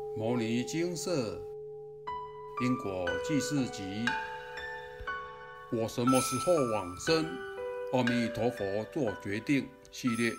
摩尼精舍因果记事集：我什么时候往生？阿弥陀佛做决定系列。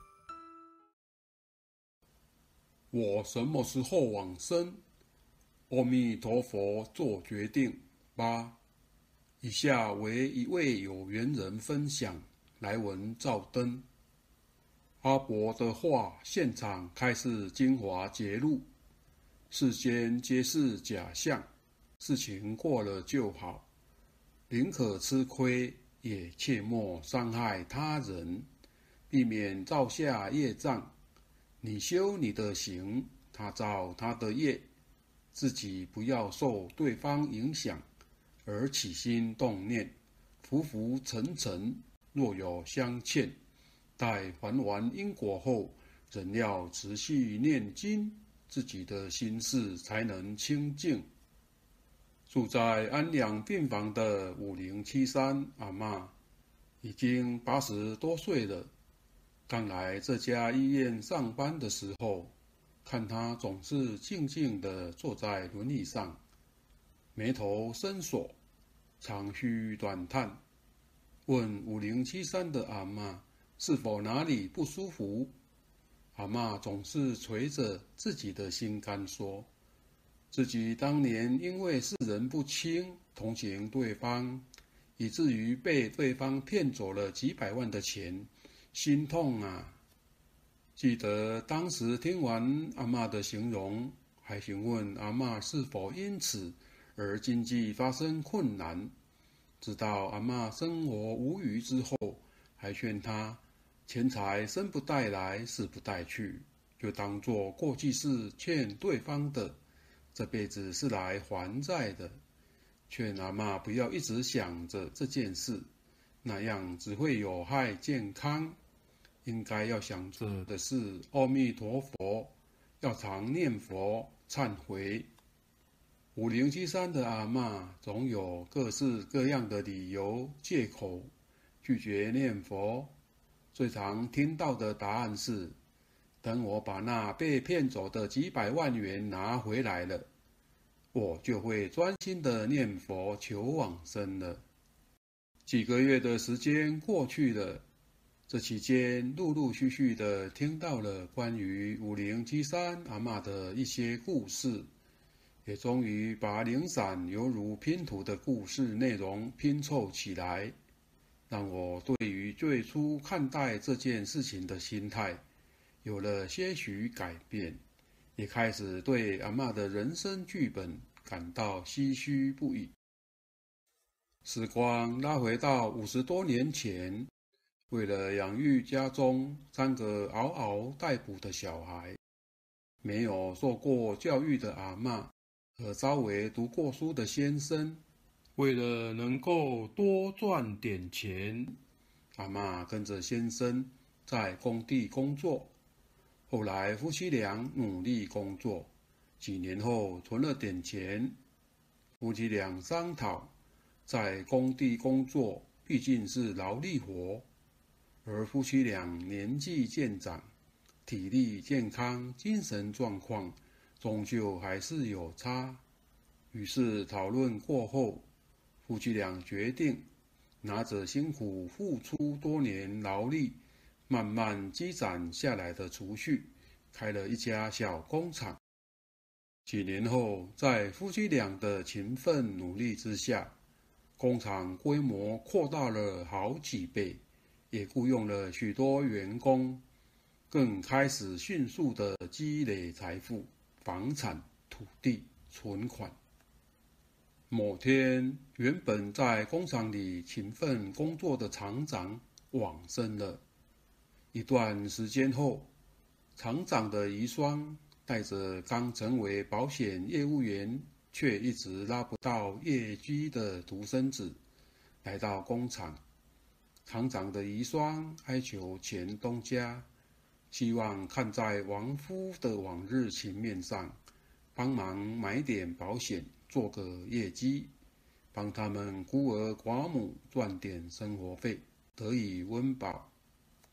我什么时候往生？阿弥陀佛做决定。8。以下为一位有缘人分享来文照灯。阿伯的话现场开示精华揭露，世间皆是假象，事情过了就好，宁可吃亏，也切莫伤害他人，避免造下业障。你修你的行，他造他的业，自己不要受对方影响而起心动念，浮浮沉沉。若有相欠，待还完因果后，仍要持续念经，自己的心事才能清净。住在安养病房的5073阿嬷已经80多岁了。刚来这家医院上班的时候，看她总是静静地坐在轮椅上，眉头深锁，长吁短叹。问5073的阿嬷是否哪里不舒服，阿嬷总是捶着自己的心肝说，自己当年因为世人不清，同情对方，以至于被对方骗走了几百万的钱，心痛啊！记得当时听完阿嬷的形容，还询问阿嬷是否因此而经济发生困难。直到阿嬷生活无虞之后，还劝她钱财生不带来，死不带去，就当作过去是欠对方的，这辈子是来还债的。劝阿嬷不要一直想着这件事，那样只会有害健康。应该要想着的是阿弥陀佛，要常念佛忏悔。5073的阿嬷总有各式各样的理由借口拒绝念佛，最常听到的答案是，等我把那被骗走的几百万元拿回来了，我就会专心的念佛求往生了。几个月的时间过去了，这期间陆陆续续的听到了关于5073阿嬷的一些故事，也终于把零散犹如拼图的故事内容拼凑起来，让我对于最初看待这件事情的心态有了些许改变，也开始对阿嬷的人生剧本感到唏嘘不已。时光拉回到50多年前，为了养育家中3个嗷嗷待哺的小孩，没有受过教育的阿嬷和稍微读过书的先生，为了能够多赚点钱，阿嬷跟着先生在工地工作。后来夫妻俩努力工作，几年后存了点钱，夫妻俩商讨，在工地工作毕竟是劳力活，而夫妻俩年纪渐长，体力、健康、精神状况终究还是有差。于是讨论过后，夫妻俩决定拿着辛苦付出多年劳力慢慢积攒下来的储蓄，开了一家小工厂。几年后，在夫妻俩的勤奋努力之下，工厂规模扩大了好几倍，也雇佣了许多员工，更开始迅速的积累财富、房产、土地、存款。某天，原本在工厂里勤奋工作的厂长往生了。一段时间后，厂长的遗孀带着刚成为保险业务员却一直拉不到业绩的独生子来到工厂。厂长的遗孀哀求前东家，希望看在亡夫的往日情面上，帮忙买点保险，做个业绩，帮他们孤儿寡母赚点生活费，得以温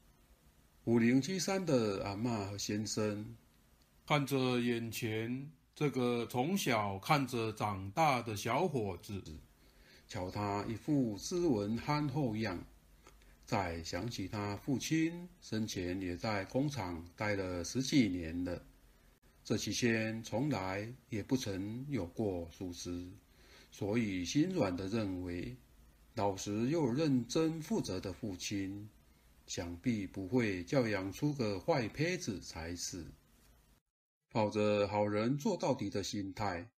饱。5073的阿嬷和先生看着眼前这个从小看着长大的小伙子，瞧他一副斯文憨厚样，再想起他父亲生前也在工厂待了10几年了，这期间从来也不曾有过疏失，所以心软地认为，老实又认真负责的父亲，想必不会教养出个坏胚子才是。抱着好人做到底的心态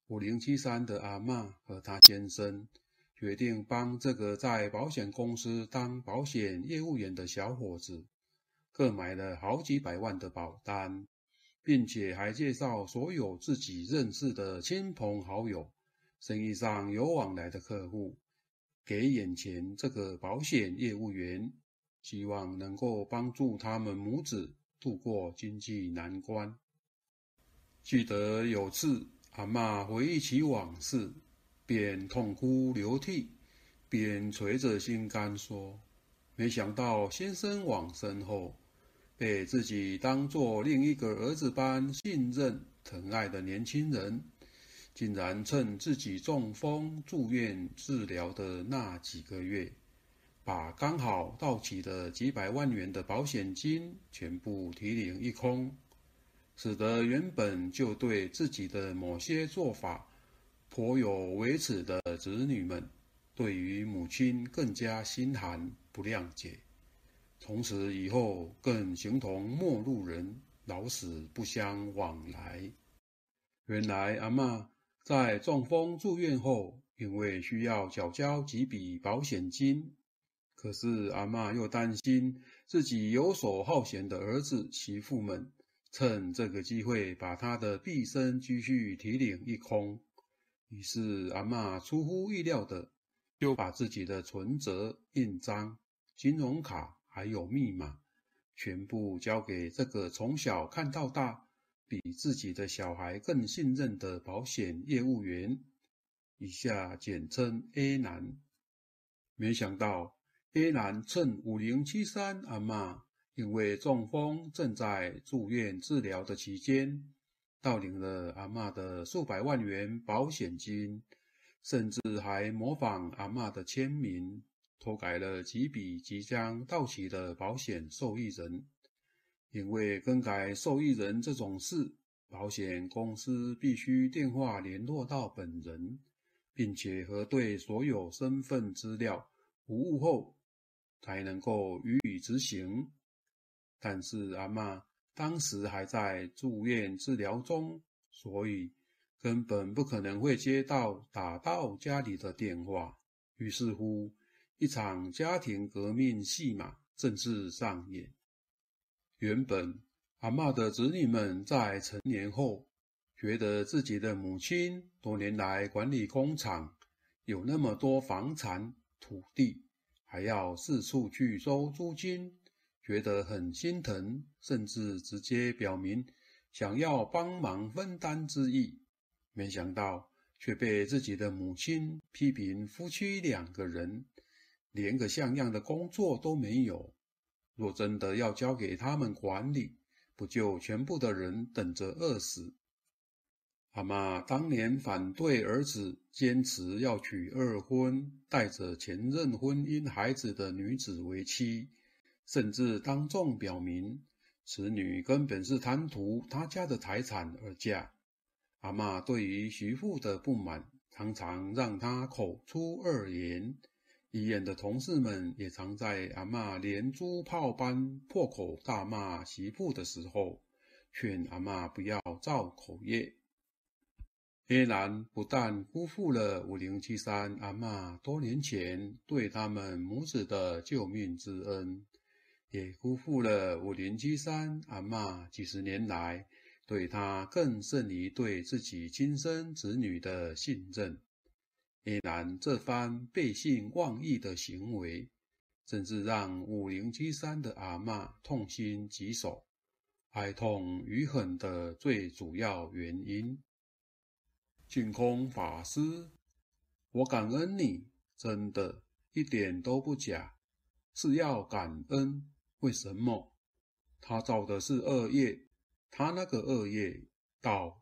，5073的阿嬷和她先生决定帮这个在保险公司当保险业务员的小伙子各买了好几百万的保单，并且还介绍所有自己认识的亲朋好友、生意上有往来的客户给眼前这个保险业务员，希望能够帮助他们母子度过经济难关。记得有次，阿嬷回忆起往事，边痛哭流涕，边捶着心肝说：“没想到先生往生后，被自己当作另一个儿子般信任、疼爱的年轻人，竟然趁自己中风住院治疗的那几个月，把刚好到期的几百万元的保险金全部提领一空。”使得原本就对自己的某些做法颇有微词的子女们，对于母亲更加心寒不谅解，从此以后更形同陌路人，老死不相往来。原来阿嬷在中风住院后，因为需要缴交几笔保险金，可是阿嬷又担心自己游手好闲的儿子媳妇们趁这个机会把他的毕生积蓄提领一空，于是阿嬷出乎意料的就把自己的存折、印章、金融卡还有密码全部交给这个从小看到大、比自己的小孩更信任的保险业务员，以下简称 A 男。没想到 A 男趁5073阿嬷因为中风正在住院治疗的期间，盗领了阿嬷的数百万元保险金，甚至还模仿阿嬷的签名，偷改了几笔即将到期的保险受益人。因为更改受益人这种事，保险公司必须电话联络到本人，并且核对所有身份资料无误后，才能够予以执行。但是阿嬷当时还在住院治疗中，所以根本不可能会接到打到家里的电话。于是乎，一场家庭革命戏码正式上演。原本阿嬷的子女们在成年后，觉得自己的母亲多年来管理工厂，有那么多房产、土地，还要四处去收租金，觉得很心疼，甚至直接表明想要帮忙分担之意。没想到却被自己的母亲批评夫妻2个人连个像样的工作都没有，若真的要交给他们管理，不就全部的人等着饿死？阿嬷当年反对儿子坚持要娶2婚，带着前任婚姻孩子的女子为妻，甚至当众表明此女根本是贪图他家的财产而嫁。阿嬷对于媳妇的不满常常让她口出恶言，医院的同事们也常在阿嬷连珠炮般破口大骂媳妇的时候，劝阿嬷不要造口业。A 男不但辜负了5073阿嬷多年前对他们母子的救命之恩，也辜负了5073阿嬷几十年来对他更胜于对自己亲生子女的信任。A 男这番背信忘义的行为，正是让5073的阿嬷痛心疾首、哀痛余恨的最主要原因。净空法师，我感恩你，真的一点都不假，是要感恩。为什么？他造的是恶业，他那个恶业到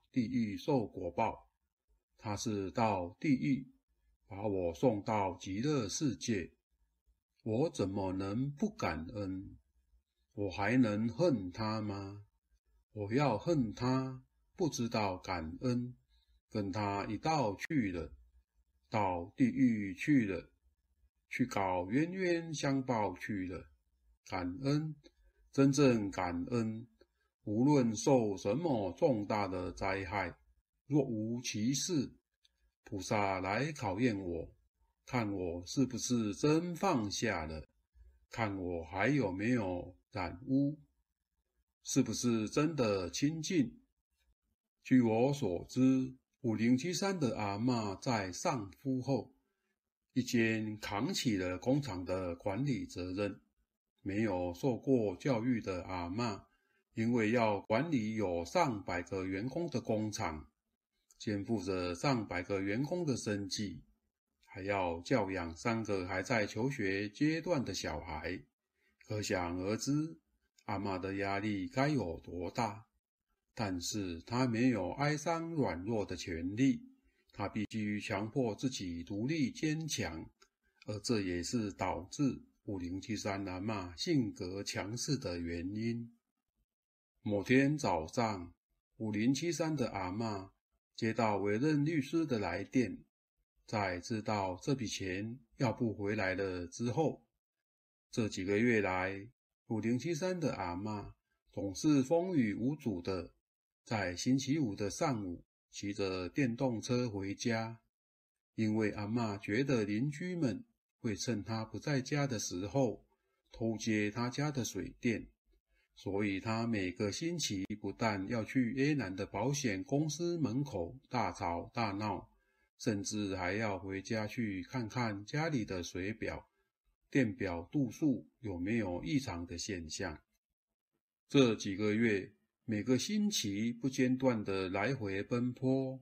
地狱受果报。他是到地狱，把我送到极乐世界，我怎么能不感恩？我还能恨他吗？我要恨他，不知道感恩，跟他一道去了，到地狱去了，去搞冤冤相报去了。感恩，真正感恩，无论受什么重大的灾害，若无其事，菩萨来考验我，看我是不是真放下了，看我还有没有染污，是不是真的清净。据我所知，5073的阿嬷在丧夫后，一间扛起了工厂的管理责任。没有受过教育的阿嬷，因为要管理有上百个员工的工厂，肩负着上百个员工的生计，还要教养3个还在求学阶段的小孩，可想而知，阿嬷的压力该有多大。但是她没有哀伤软弱的权利，她必须强迫自己独立坚强，而这也是导致5073阿嬷性格强势的原因。某天早上，5073的阿嬷接到委任律师的来电，在知道这笔钱要不回来了之后，这几个月来，5073的阿嬷总是风雨无阻的在星期五的上午骑着电动车回家，因为阿嬷觉得邻居们会趁她不在家的时候偷接她家的水电，所以她每个星期不但要去 A 男的保险公司门口大吵大闹，甚至还要回家去看看家里的水表、电表度数有没有异常的现象。这几个月，每个星期不间断的来回奔波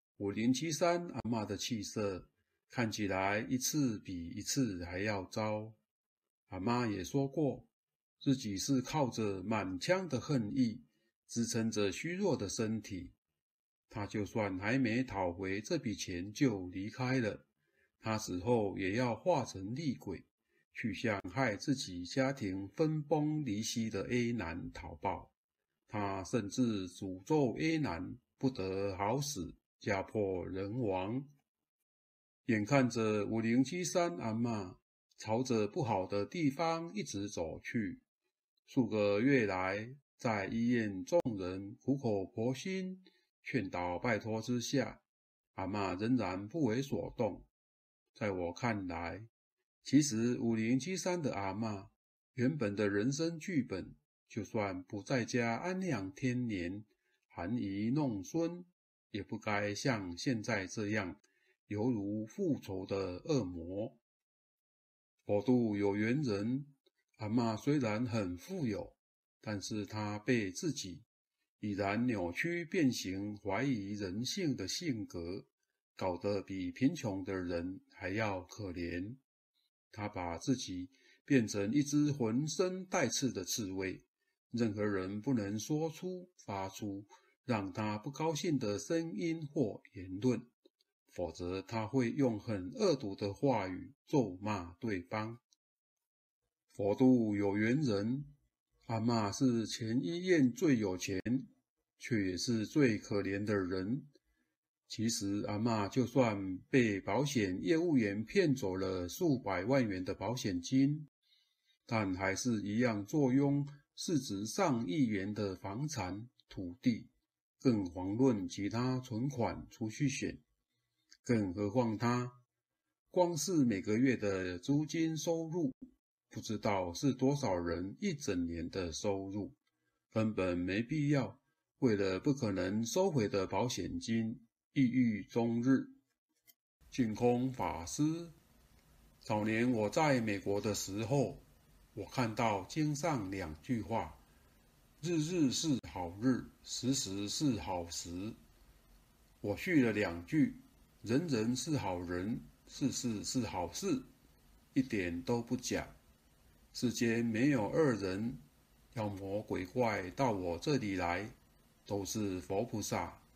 ，5073阿嬷的气色看起来一次比一次还要糟。阿嬷也说过，自己是靠着满腔的恨意支撑着虚弱的身体。她就算还没讨回这笔钱就离开了，她死后也要化成厉鬼，去向害自己家庭分崩离析的 A 男讨报。他甚至诅咒 A 男不得好死，家破人亡。眼看着5073阿嬷朝着不好的地方一直走去，数个月来，在医院众人苦口婆心劝导拜托之下，阿嬷仍然不为所动。在我看来，其实5073的阿嬷原本的人生剧本，就算不在家安养天年，含饴弄孙，也不该像现在这样犹如复仇的恶魔。佛度有缘人，阿嬷虽然很富有，但是她被自己已然扭曲变形、怀疑人性的性格搞得比贫穷的人还要可怜。她把自己变成一只浑身带刺的刺猬，任何人不能发出让他不高兴的声音或言论，否则他会用很恶毒的话语咒骂对方。佛度有缘人，阿嬷是全医院最有钱，却也是最可怜的人。其实阿嬷就算被保险业务员骗走了数百万元的保险金，但还是一样坐拥市值上亿元的房产、土地，更遑论其他存款、储蓄险。更何况他光是每个月的租金收入，不知道是多少人一整年的收入，根本没必要为了不可能收回的保险金抑郁终日。净空法师，早年我在美国的时候，我看到经上2句话：日日是好日，时时是好时。我续了2句：人人是好人，事事是好事，一点都不假。世间没有恶人，妖魔鬼怪到我这里来，都是佛菩萨。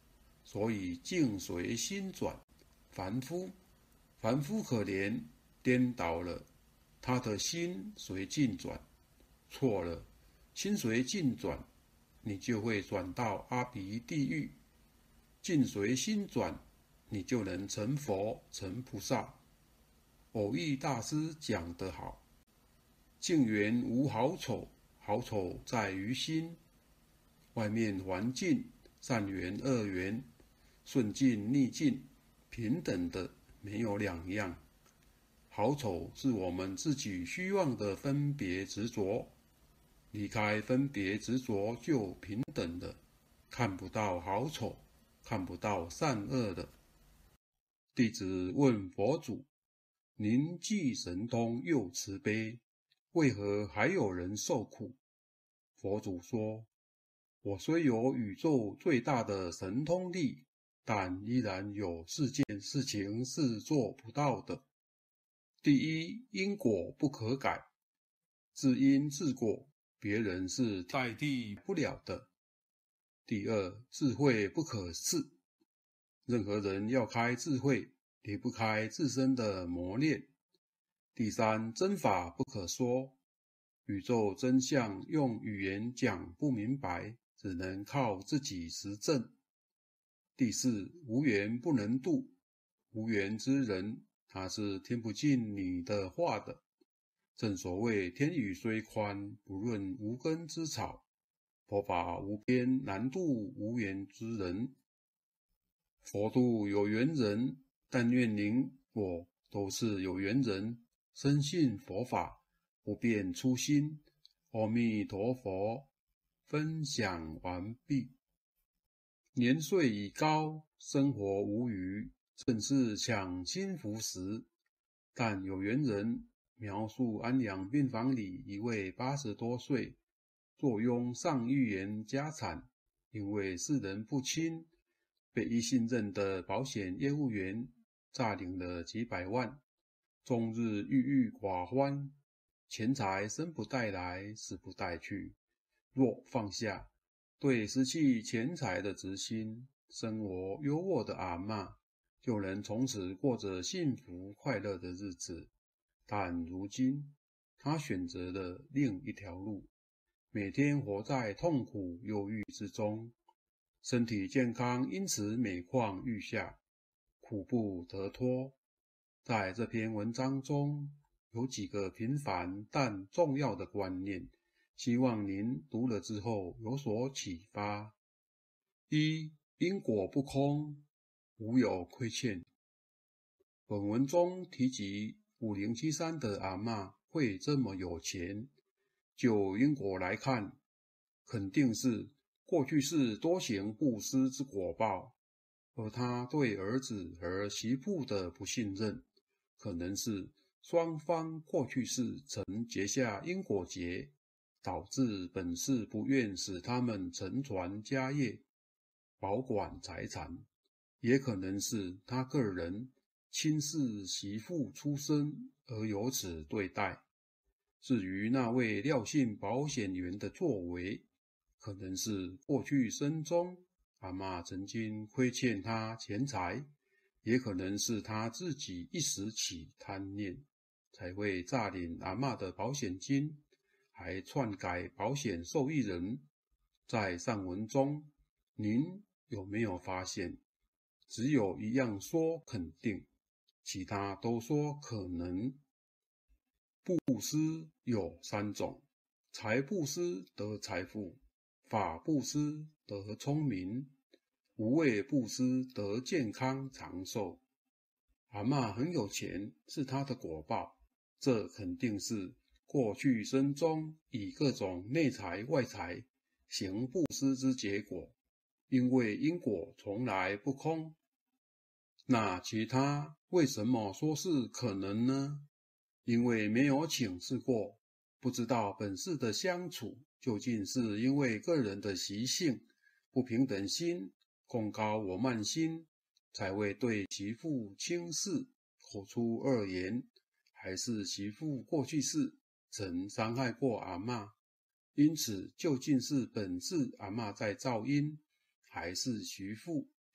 所以境随心转。凡夫可怜，颠倒了，他的心随境转，错了，心随境转，你就会转到阿鼻地狱；境随心转，你就能成佛成菩萨。偶益大师讲得好，境缘无好丑，好丑在于心。外面环境善缘恶缘，顺境逆境，平等的没有两样。好丑是我们自己虚妄的分别执着，离开分别执着就平等了，看不到好丑，看不到善恶了。弟子问佛祖：您既神通又慈悲，为何还有人受苦？佛祖说：我虽有宇宙最大的神通力，但依然有4件事情是做不到的。第一，因果不可改，自因自果，别人是代替不了的。第二，智慧不可赐，任何人要开智慧，离不开自身的磨练。第三，真法不可说，宇宙真相用语言讲不明白，只能靠自己实证。第四，无缘不能度，无缘之人，他是听不进你的话的。正所谓天宇虽宽，不润无根之草，佛法无边，难度无缘之人。佛度有缘人，但愿您我都是有缘人，深信佛法，不变初心。阿弥陀佛。分享完毕。年岁已高，生活无余，正是抢幸福时。但有缘人描述安养病房里一位80多岁，坐拥上亿元家产，因为世人不清，被一信任的保险业务员诈领了几百万，终日郁郁寡欢，钱财生不带来，死不带去。若放下对失去钱财的执心，生活优渥的阿嬷，就能从此过着幸福快乐的日子。但如今，她选择了另一条路，每天活在痛苦忧郁之中，身体健康因此每况愈下，苦不得脱。在这篇文章中，有几个平凡但重要的观念，希望您读了之后有所启发。一、因果不空，无有亏欠。本文中提及5073的阿嬷会这么有钱，就因果来看，肯定是过去世多行布施之果报，而他对儿子和媳妇的不信任，可能是双方过去世曾结下因果结，导致本世不愿使他们承传家业，保管财产，也可能是他个人轻视媳妇出身而有此对待。至于那位廖姓保险员的作为，可能是过去生中阿嬷曾经亏欠他钱财，也可能是他自己一时起贪念，才会诈领阿嬷的保险金，还篡改保险受益人。在上文中，您有没有发现，只有一样说肯定，其他都说可能。布施有3种：财布施得财富，法布施得聪明，无畏布施得健康长寿。阿嬷很有钱是她的果报，这肯定是过去生中以各种内财外财行布施之结果，因为因果从来不空。那其他为什么说是可能呢？因为没有请示过，不知道本世的相处究竟是因为个人的习性、不平等心、功高我慢心，才会对媳妇轻视，口出恶言，还是媳妇过去世曾伤害过阿嬷，因此究竟是本世阿嬷在造因，还是媳妇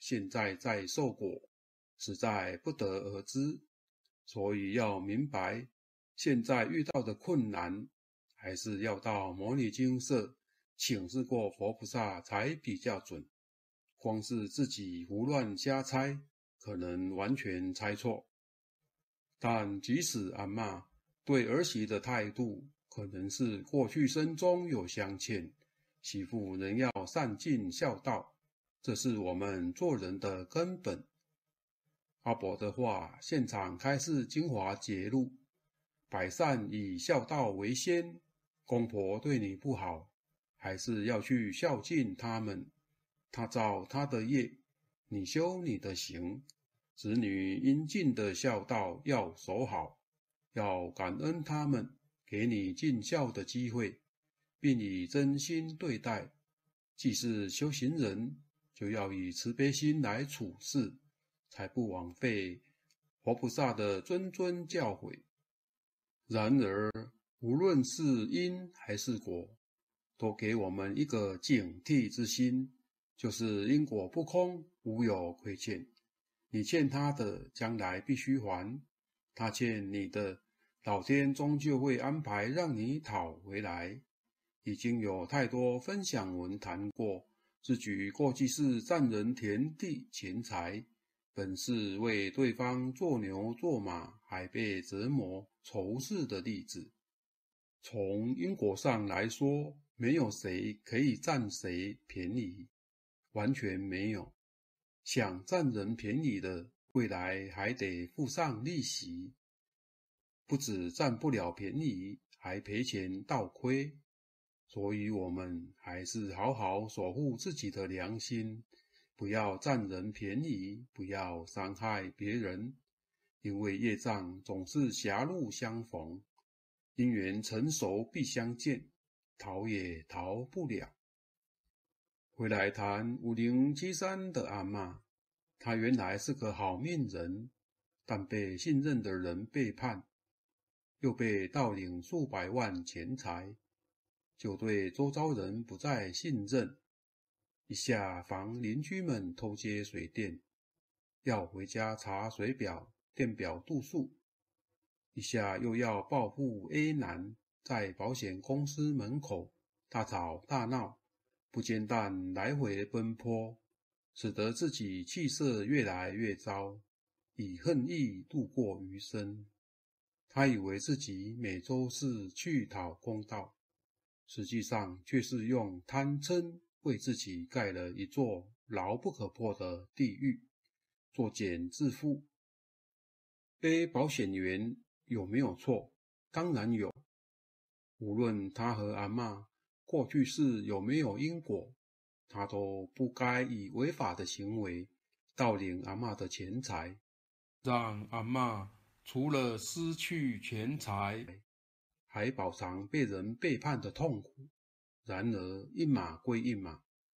现在在受果，实在不得而知。所以要明白，现在遇到的困难，还是要到摩尼精舍请示过佛菩萨才比较准。光是自己胡乱瞎猜，可能完全猜错。但即使阿嬷对儿媳的态度，可能是过去生中有相欠，媳妇仍要善尽孝道，这是我们做人的根本。阿伯的话，现场开示精华节录：百善以孝道为先，公婆对你不好，还是要去孝敬他们。他造他的业，你修你的行。子女应尽的孝道要守好，要感恩他们给你尽孝的机会，并以真心对待。既是修行人，就要以慈悲心来处事，才不枉费佛菩萨的谆谆教诲。然而，无论是因还是果，都给我们一个警惕之心，就是因果不空，无有亏欠。你欠他的，将来必须还；他欠你的，老天终究会安排让你讨回来。已经有太多分享文谈过，自举过去是占人田地钱财，本是为对方做牛做马，还被折磨仇视的例子。从因果上来说，没有谁可以占谁便宜，完全没有。想占人便宜的，未来还得付上利息，不止占不了便宜，还赔钱倒亏。所以我们还是好好守护自己的良心，不要占人便宜，不要伤害别人，因为业障总是狭路相逢，因缘成熟必相见，逃也逃不了。回来谈5073的阿嬷，她原来是个好命人，但被信任的人背叛，又被盗领数百万钱财，就对周遭人不再信任。一下防邻居们偷接水电，要回家查水表、电表度数；一下又要报复 A 男，在保险公司门口大吵大闹，不间断来回奔波，使得自己气色越来越糟，以恨意度过余生。他以为自己每周是去讨公道，实际上却是用贪嗔为自己盖了一座牢不可破的地狱，作茧自缚。A 保险员有没有错？当然有。无论他和阿嬷过去世有没有因果，他都不该以违法的行为盗领阿嬷的钱财，让阿嬷除了失去钱财，还饱尝被人背叛的痛苦。然而一码归一码，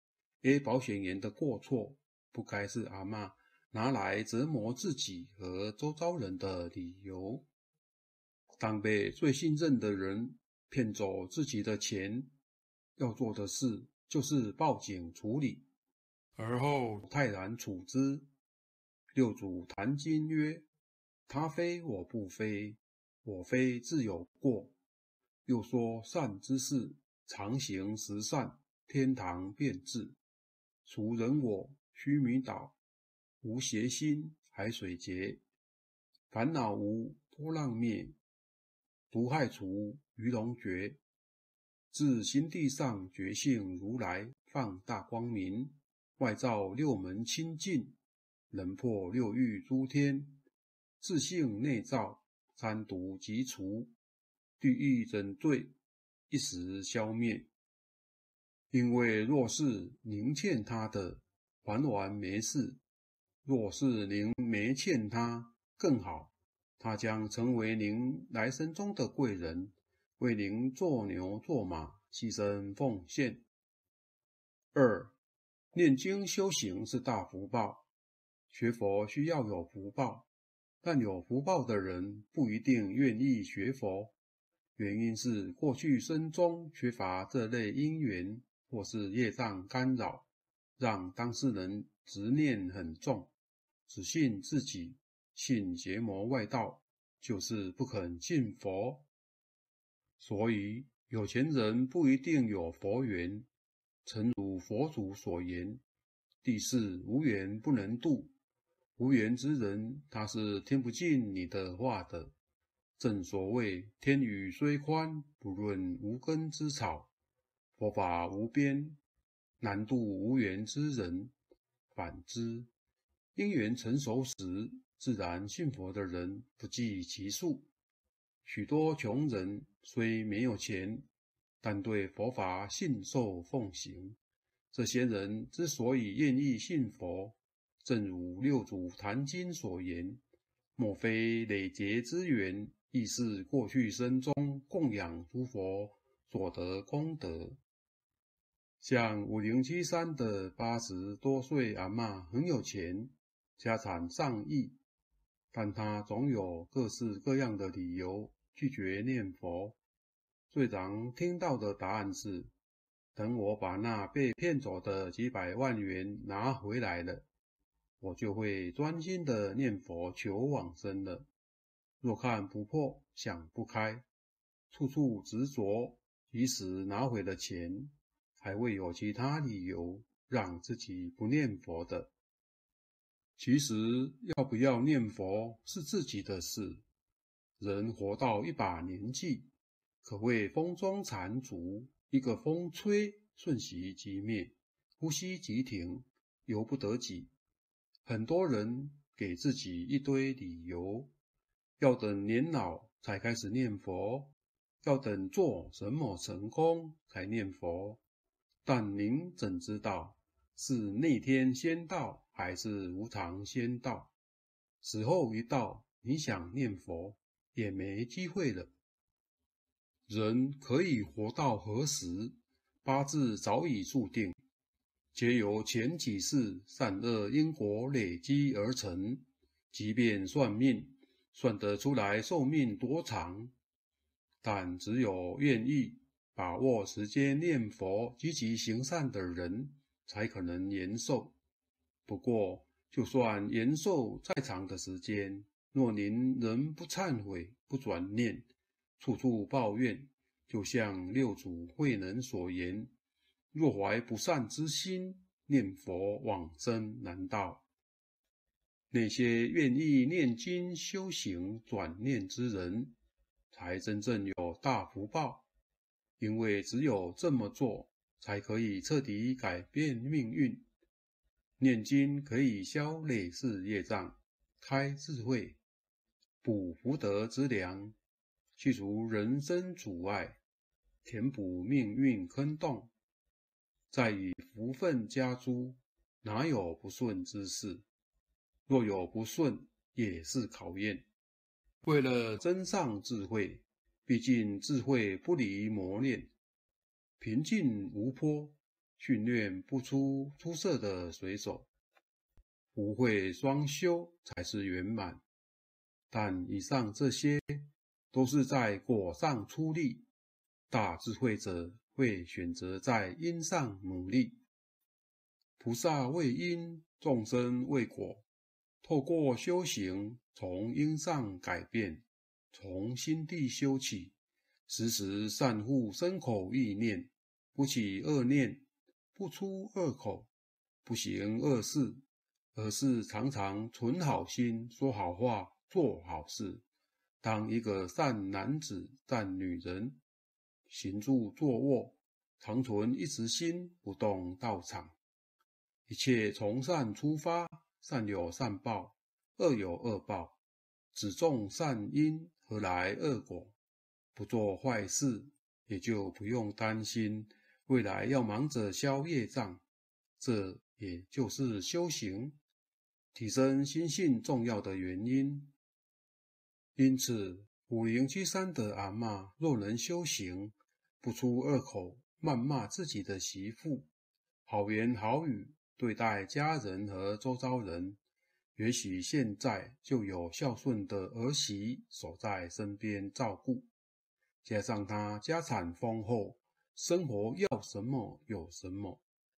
A 保险员的过错不该是阿嬷拿来折磨自己和周遭人的理由。当被最信任的人骗走自己的钱，要做的事就是报警处理，而后泰然处之。六祖坛经曰：他非我不非，我非自有过。又说善之事，常行十善，天堂便至。除人我，须弥岛，无邪心，海水结。烦恼无，波浪灭。毒害除，鱼龙绝。自心地上觉性如来放大光明，外照六门清净，能破六欲诸天。自性内照，三毒即除，地狱整罪一时消灭。因为若是您欠他的，还完没事；若是您没欠他，更好，他将成为您来生中的贵人，为您做牛做马，牺牲奉献。2. 念经修行是大福报，学佛需要有福报，但有福报的人不一定愿意学佛，原因是过去生中缺乏这类因缘，或是业障干扰， 让当事人执念很重，只信自己，信邪魔外道，就是不肯信佛。所以有钱人不一定有佛缘，诚如佛祖所言，地势无缘不能渡，无缘之人他是听不进你的话的。正所谓天宇虽宽，不润无根之草，佛法无边，难渡无缘之人。反之，因缘成熟时，自然信佛的人不计其数。许多穷人虽没有钱，但对佛法信受奉行。这些人之所以愿意信佛，正如六祖坛经所言，莫非累劫之缘，亦是过去生中供养诸佛所得功德。像5073的80多岁阿嬷很有钱，家产上亿，但她总有各式各样的理由拒绝念佛。最常听到的答案是，等我把那被骗走的几百万元拿回来了，我就会专心的念佛求往生了。若看不破，想不开，处处执着，即使拿回了钱，还会有其他理由让自己不念佛的。其实要不要念佛是自己的事。人活到一把年纪，可谓风中残烛，一个风吹，瞬息即灭，呼吸即停，由不得己。很多人给自己一堆理由，要等年老才开始念佛，要等做什么成功才念佛。但您怎知道是那天先到，还是无常先到？时候一到，你想念佛也没机会了。人可以活到何时，八字早已注定，皆由前几世善恶因果累积而成。即便算命，算得出来寿命多长，但只有愿意把握时间念佛、积极行善的人，才可能延寿。不过，就算延寿再长的时间，若您仍不忏悔、不转念，处处抱怨，就像六祖慧能所言，若怀不善之心，念佛往生难道？那些愿意念经修行转念之人，才真正有大福报，因为只有这么做，才可以彻底改变命运。念经可以消累世业障，开智慧，补福德之粮，去除人生阻碍，填补命运坑洞。再以福分加诸，哪有不顺之事？若有不顺，也是考验。为了增上智慧，毕竟智慧不离磨练，平静无波，训练不出出色的水手。福慧双修才是圆满。但以上这些都是在果上出力，大智慧者会选择在因上努力。菩萨为因，众生为果。透过修行，从因上改变，从心地修起，时时善护身口意念，不起恶念，不出恶口，不行恶事，而是常常存好心，说好话，做好事，当一个善男子、善女人，行住坐卧，常存一直心，不动道场。一切从善出发，善有善报，恶有恶报，只种善因，何来恶果？不做坏事，也就不用担心未来要忙着消业障。这也就是修行，提升心性重要的原因。因此5073的阿嬷若能修行，不出恶口，谩骂自己的媳妇，好言好语对待家人和周遭人，也许现在就有孝顺的儿媳守在身边照顾，加上他家产丰厚，生活要什么有什么，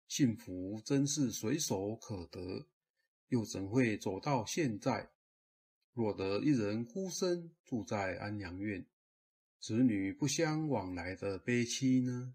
幸福真是随手可得，又怎会走到现在？若得一人孤身住在安阳院，子女不相往来的悲戚呢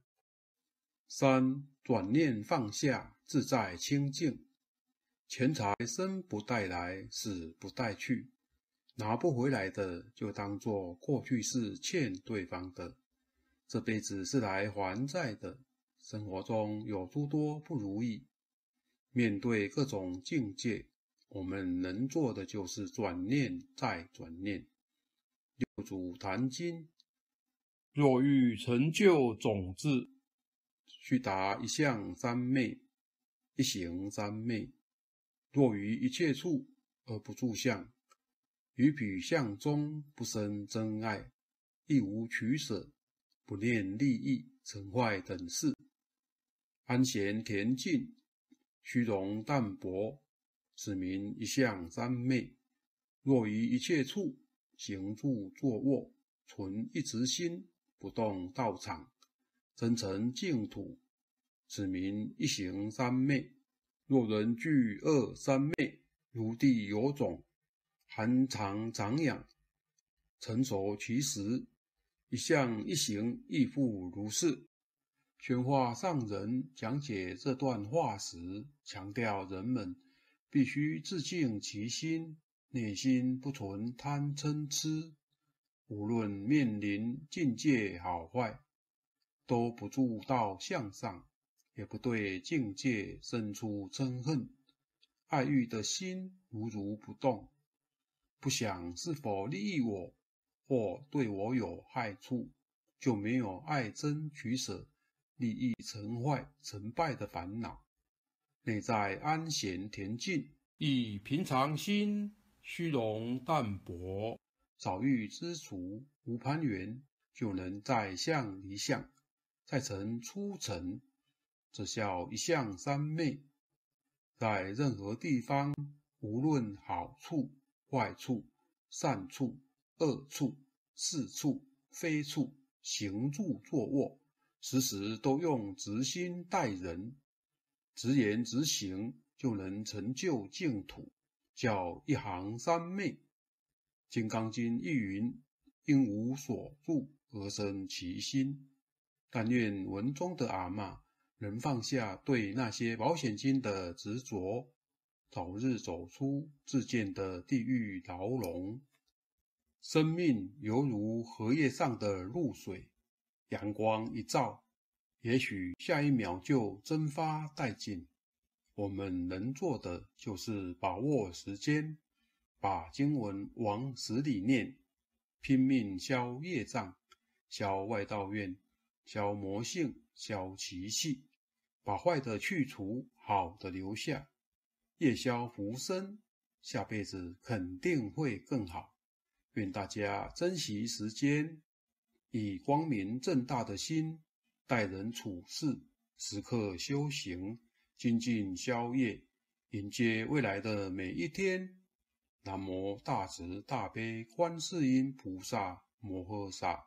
？3. 转念放下，自在清净。钱财生不带来，死不带去，拿不回来的就当作过去是欠对方的，这辈子是来还债的。生活中有诸多不如意，面对各种境界，我们能做的就是转念再转念。六祖坛经：若欲成就种智，须达一相三昧，一行三昧。若于一切处而不住相，于彼相中不生真爱，亦无取舍，不念利益、成坏等事，安闲恬静，虚荣淡泊，此名一相三昧。若于一切处行住坐卧，存一直心，不动道场，真诚净土，此名一行三昧。若人具二三昧，如地有种，含藏长养，成熟其实，一相一行亦复如是。宣化上人讲解这段话时，强调人们必须自净其心，内心不存贪嗔痴，无论面临境界好坏，都不住到向上，也不对境界生出嗔恨，爱欲的心如不动，不想是否利益我或对我有害处，就没有爱憎取舍、利益成坏成败的烦恼。内在安闲恬静，以平常心，虚荣淡泊，少欲知足，无攀缘，就能在相离相，再成初成，这叫一相三昧。在任何地方，无论好处、坏处、善处、恶处、是处、非处，行住坐卧，时时都用直心待人，直言直行，就能成就净土，叫一行三昧。金刚经亦云：因无所住而生其心。但愿文中的阿嬷能放下对那些保险金的执着，早日走出自建的地狱牢笼。生命犹如荷叶上的露水，阳光一照，也许下一秒就蒸发殆尽。我们能做的就是把握时间，把经文往死里念，拼命消业障，消外道怨，消魔性，消习气，把坏的去除，好的留下，夜消福生，下辈子肯定会更好。愿大家珍惜时间，以光明正大的心待人处事，时刻修行，精进消业，迎接未来的每一天。南无大慈大悲观世音菩萨摩诃萨。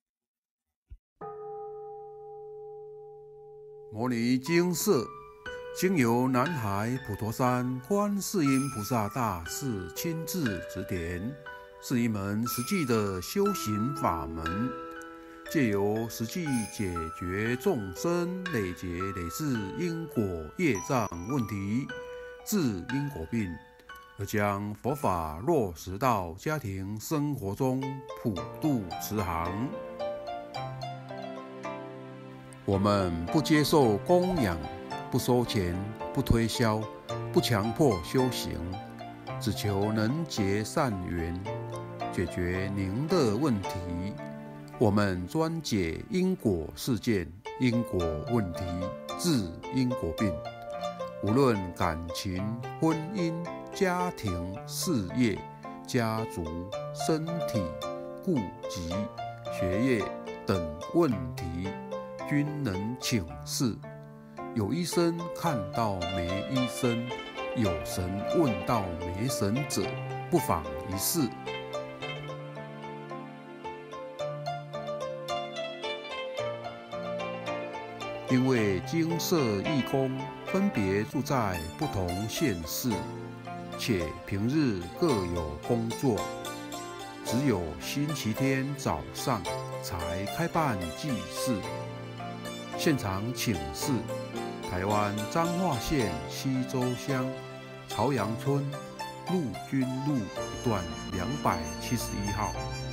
摩尼经释经由南海普陀山观世音菩萨大士亲自指点，是一门实际的修行法门，借由实际解决众生累劫累世因果业障问题，治因果病，而将佛法落实到家庭生活中，普度慈航。我们不接受供养，不收钱，不推销，不强迫修行，只求能结善缘，解决您的问题。我们专解因果事件、因果问题，治因果病。无论感情、婚姻、家庭、事业、家族、身体、顾及、学业等问题，均能请示。有医生看到没医生，有神问到没神者，不妨一试。 因为精舍义工分别住在不同县市，且平日各有工作，只有星期天早上才开办祭祀。现场请示台湾彰化县溪州乡朝阳村陆军路一段271号。